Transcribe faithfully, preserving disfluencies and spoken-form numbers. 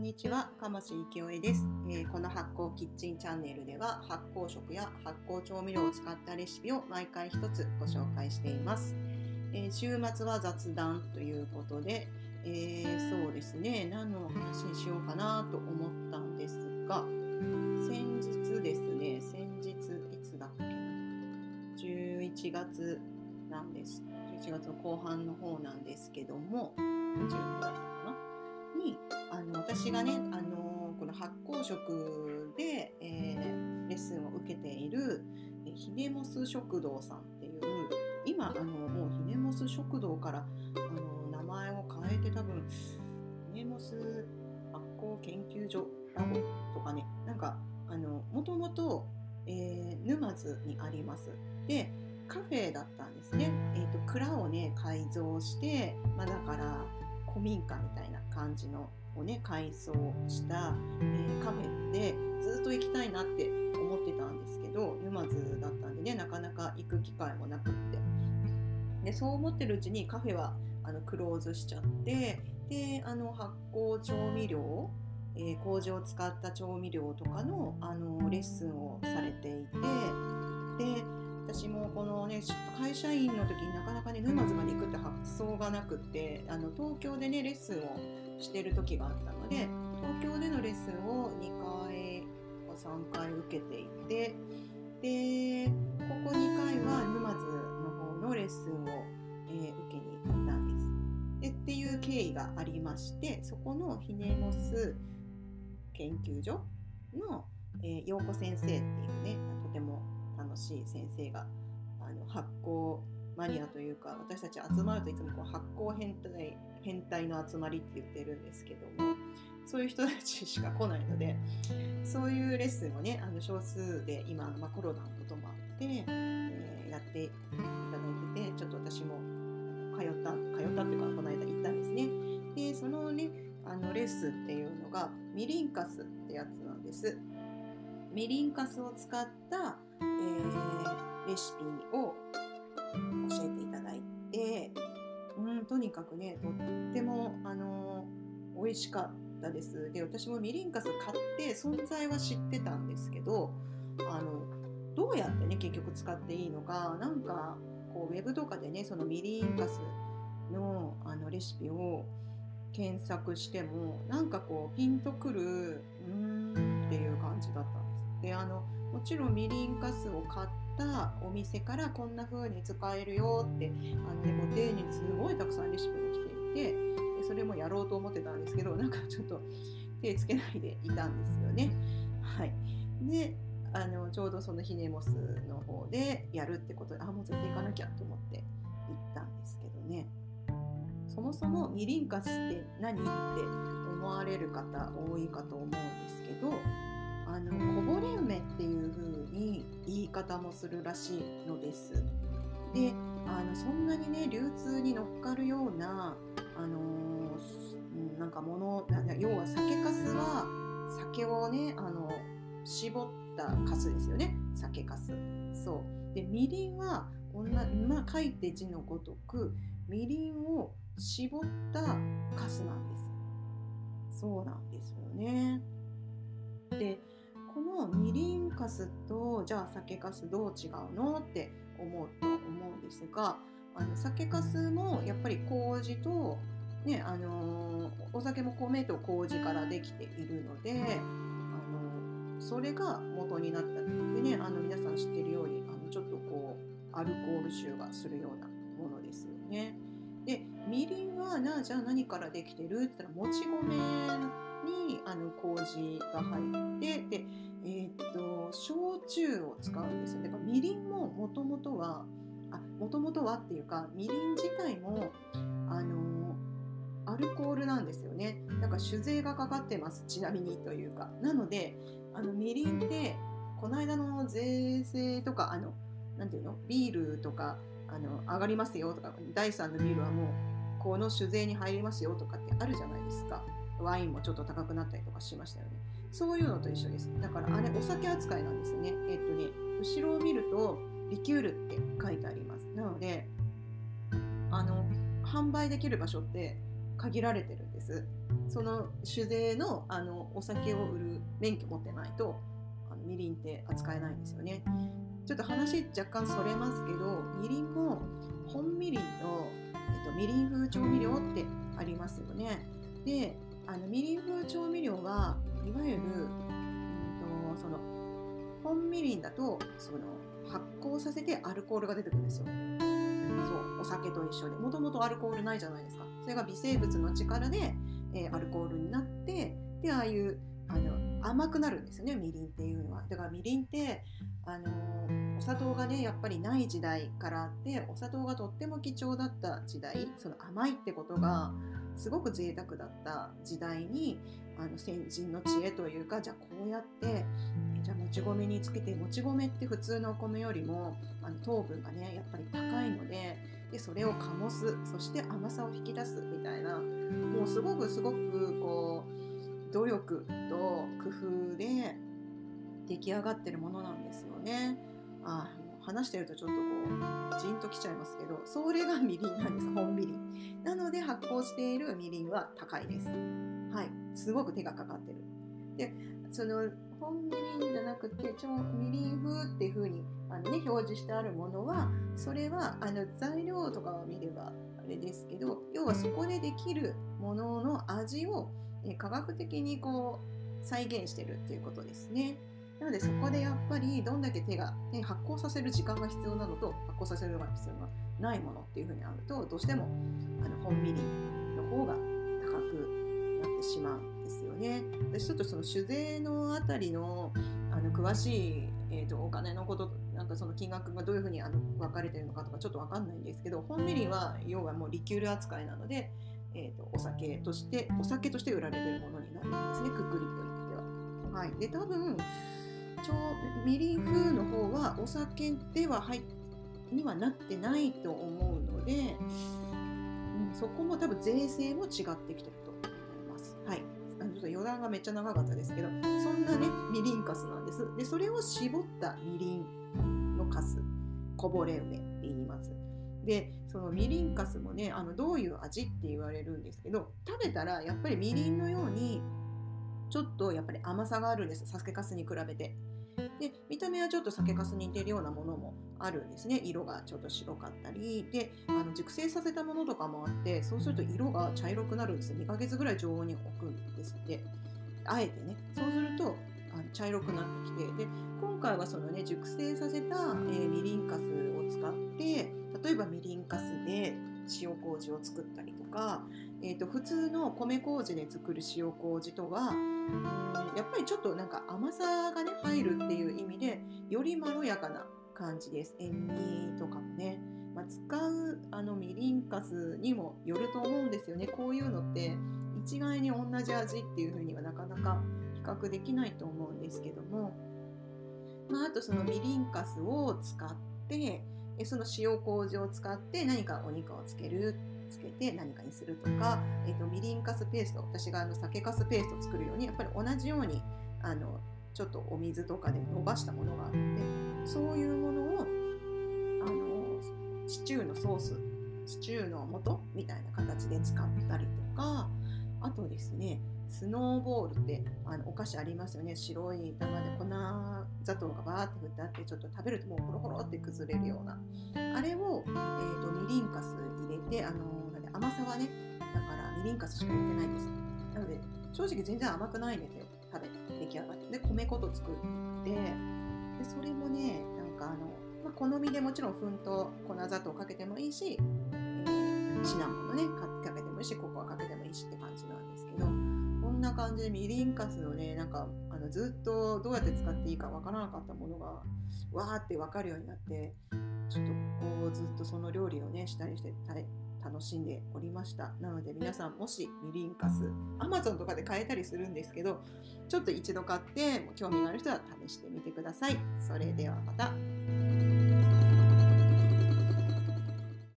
にちは、鴨志清江です、えー、この発酵キッチンチャンネルでは発酵食や発酵調味料を使ったレシピを毎回一つご紹介しています。えー、週末は雑談ということで、えー、そうですね、何の話にしようかなと思ったんですが、先日ですね、先日いつだっけな、じゅういちがつなんです。じゅういちがつの後半の方なんですけども、にじゅうくだったかなに、あの私がね、あのこの発酵食で、えー、レッスンを受けているひねもす食堂さんっていう、今あのもうひねもす食堂からあの名前を変えて、多分ひねもす発酵研究所ラボとかね、なんかあのもともと、えー、沼津にあります。でカフェだったんですね。えーと、蔵をね改造して、まあ、だから古民家みたいな感じのをね改装した、えー、カフェでずっと行きたいなって思ってたんですけど、沼津だったんでね、なかなか行く機会もなくって、でそう思ってるうちにカフェはあのクローズしちゃって、であの発酵調味料、えー、麹を使った調味料とかの、あのレッスンをされていて、で私もこのね会社員の時になかなかね沼津まで行くって発想がなくって、あの東京でねレッスンをしてる時があったので、東京でのレッスンをにかいかさんかい受けていて、でここにかいは沼津の方のレッスンを、えー、受けに行ったんです。でっていう経緯がありまして、そこのひねもす研究所の、えー、陽子先生っていうね、とても楽しい先生が、あの発酵マニアというか、私たち集まるといつもこう発酵変態、変態の集まりって言ってるんですけども、そういう人たちしか来ないので、そういうレッスンをねあの少数で今、まあ、コロナのこともあって、えー、やっていただいてて、ちょっと私も通った通ったっていうかこの間行ったんですね。でそのねあのレッスンっていうのがみりんかすってやつなんです。みりんかすを使った、えー、レシピを教えていただいて、うん、とにかくねとっても、あのー、美味しかったです。で私もみりんかす買って存在は知ってたんですけど、あのどうやってね結局使っていいのか、なんかこうウェブとかでねそのみりんかすの、あのレシピを検索してもなんかこうピンとくるうーんっていう感じだったんです。であのもちろんみりんかすを買ったお店からこんな風に使えるよって、あの、ね、ご丁寧にすごいたくさんレシピが来ていて、でそれもやろうと思ってたんですけど、なんかちょっと手つけないでいたんですよね。はい。であのちょうどそのひねもすの方でやるってことで、あもう絶対行かなきゃと思って行ったんですけどね。そもそもみりんかすって何って思われる方多いかと思うんですけど、あのこぼれ梅っていう風に言い方もするらしいのです。であのそんなにね流通に乗っかるような、あのー、なんかもの、要は酒かすは酒をねあの絞ったかすですよね、酒かす。そうでみりんはこんな、まあ、書いて字のごとくみりんを絞ったかすなんです。そうなんですよね。でこのみりんかすとじゃあ酒かすどう違うのって思うと思うんですが、あの酒かすもやっぱり麹と、ね、あのー、お酒も米と麹からできているので、あのー、それが元になったでね、あの皆さん知っているようにあのちょっとこうアルコール臭がするようなものですよね。でみりんはなじゃあ何からできてるって言ったら、もち米にあの麹が入って、で、えー、っと焼酎を使うんですよ。だからみりんももともとはあもともとはっていうかみりん自体もあのアルコールなんですよね。だから酒税がかかってます、ちなみにというか。なのであのみりんってこの間の税制とか、あのなんていうのビールとかあの上がりますよとか、だいさんのビールはもうこの酒税に入りますよとかってあるじゃないですか。ワインもちょっと高くなったりとかしましたよね。そういうのと一緒です。だからあれお酒扱いなんですね。えっとね後ろを見るとリキュールって書いてあります。なのであの販売できる場所って限られてるんです。その酒税の、あのお酒を売る免許持ってないとあのみりんって扱えないんですよね。ちょっと話若干それますけど、みりんも本みりんと、えっと、みりん風調味料ってありますよね。で、あのみりん風調味料はいわゆる、うんと、その本みりんだとその発酵させてアルコールが出てくるんですよ。そう、お酒と一緒で、もともとアルコールないじゃないですか。それが微生物の力で、えー、アルコールになって、でああいうあの甘くなるんですよね、みりんっていうのは。だからみりんってあのー、お砂糖がねやっぱりない時代からあって、お砂糖がとっても貴重だった時代、その甘いってことがすごく贅沢だった時代に、あの先人の知恵というか、じゃあこうやってじゃあもち米につけて、もち米って普通のお米よりもあの糖分がねやっぱり高いので、でそれを醸す、そして甘さを引き出すみたいな、もうすごくすごくこう努力と工夫で出来上がってるものなんですよね。あ話してるとちょっとこうジンときちゃいますけど、それがみりんなんです、本みりんなので。発酵しているみりんは高いです。はい、すごく手がかかってる。でその本みりんじゃなくてちょみりん風っていう風にあの、ね、表示してあるものは、それはあの材料とかを見ればあれですけど、要はそこでできるものの味をえ科学的にこう再現してるっていうことですね。なのでそこでやっぱりどんだけ手が、ね、発酵させる時間が必要なのと発酵させるのが必要がないものっていう風にあると、どうしてもあの本みりんの方が高くなってしまうんですよね。私ちょっとその酒税のあたりの、あの詳しい、えーと、お金のこと、なんかその金額がどういうふうにあの分かれてるのかとかちょっと分かんないんですけど、本みりんは要はもうリキュール扱いなので、えーと、お酒としてお酒として売られてるものになるんですね、くくりといっては。はい、で多分ちょみりん風の方はお酒では入にはなってないと思うので、うん、そこも多分税制も違ってきてると思います。はい、ちょっと余談がめっちゃ長かったですけど、そんなねみりんかすなんです。でそれを絞ったみりんのかす、こぼれ梅って言います。でそのみりんかすもね、あのどういう味って言われるんですけど、食べたらやっぱりみりんのようにちょっとやっぱり甘さがあるんです、酒かすに比べて。で見た目はちょっと酒かすに似てるようなものもあるんですね。色がちょっと白かったりで、あの熟成させたものとかもあって、そうすると色が茶色くなるんですよ。にかげつぐらい常温に置くんですって、あえてね。そうするとあの茶色くなってきて、で今回はそのね熟成させた、えー、みりんかすを使って、例えばみりんかすで塩麹を作ったりとか、えーと、普通の米麹で作る塩麹とはうんやっぱりちょっとなんか甘さがね入るっていう意味で、よりまろやかな感じです。塩味とかもね、まあ、使うあのみりんかすにもよると思うんですよね。こういうのって一概に同じ味っていう風にはなかなか比較できないと思うんですけども、まあ、あとそのみりんかすを使ってその塩麹を使って何かお肉をつけるつけて何かにするとか、えーと、みりんかすペースト、私があの酒かすペーストを作るようにやっぱり同じようにあのちょっとお水とかで伸ばしたものがあって、そういうものをあのシチューのソース、シチューの素みたいな形で使ったりとか、あとですねスノーボールってあのお菓子ありますよね。白い玉で粉砂糖がバーって振ってあって、ちょっと食べるともうホロホロって崩れるようなあれを、えーと、みりんかす入れて、あのなんで甘さはねだからみりんかすしか入れてないんです。なので正直全然甘くないんですよ、食べ出来上がって。で米粉と作ってでそれもねなんかあの、まあ、好みでもちろん粉と粉砂糖かけてもいいし、えー、シナモンのねかけてもいいし、ココアかけてもいいしって感じなんですけど、こんな感じでみりんかすをねなんかあのずっとどうやって使っていいかわからなかったものがわーってわかるようになって、ちょっとこうずっとその料理をねしたりして楽しんでおりました。なので皆さんもしみりんかす Amazon とかで買えたりするんですけど、ちょっと一度買って興味がある人は試してみてください。それではまた。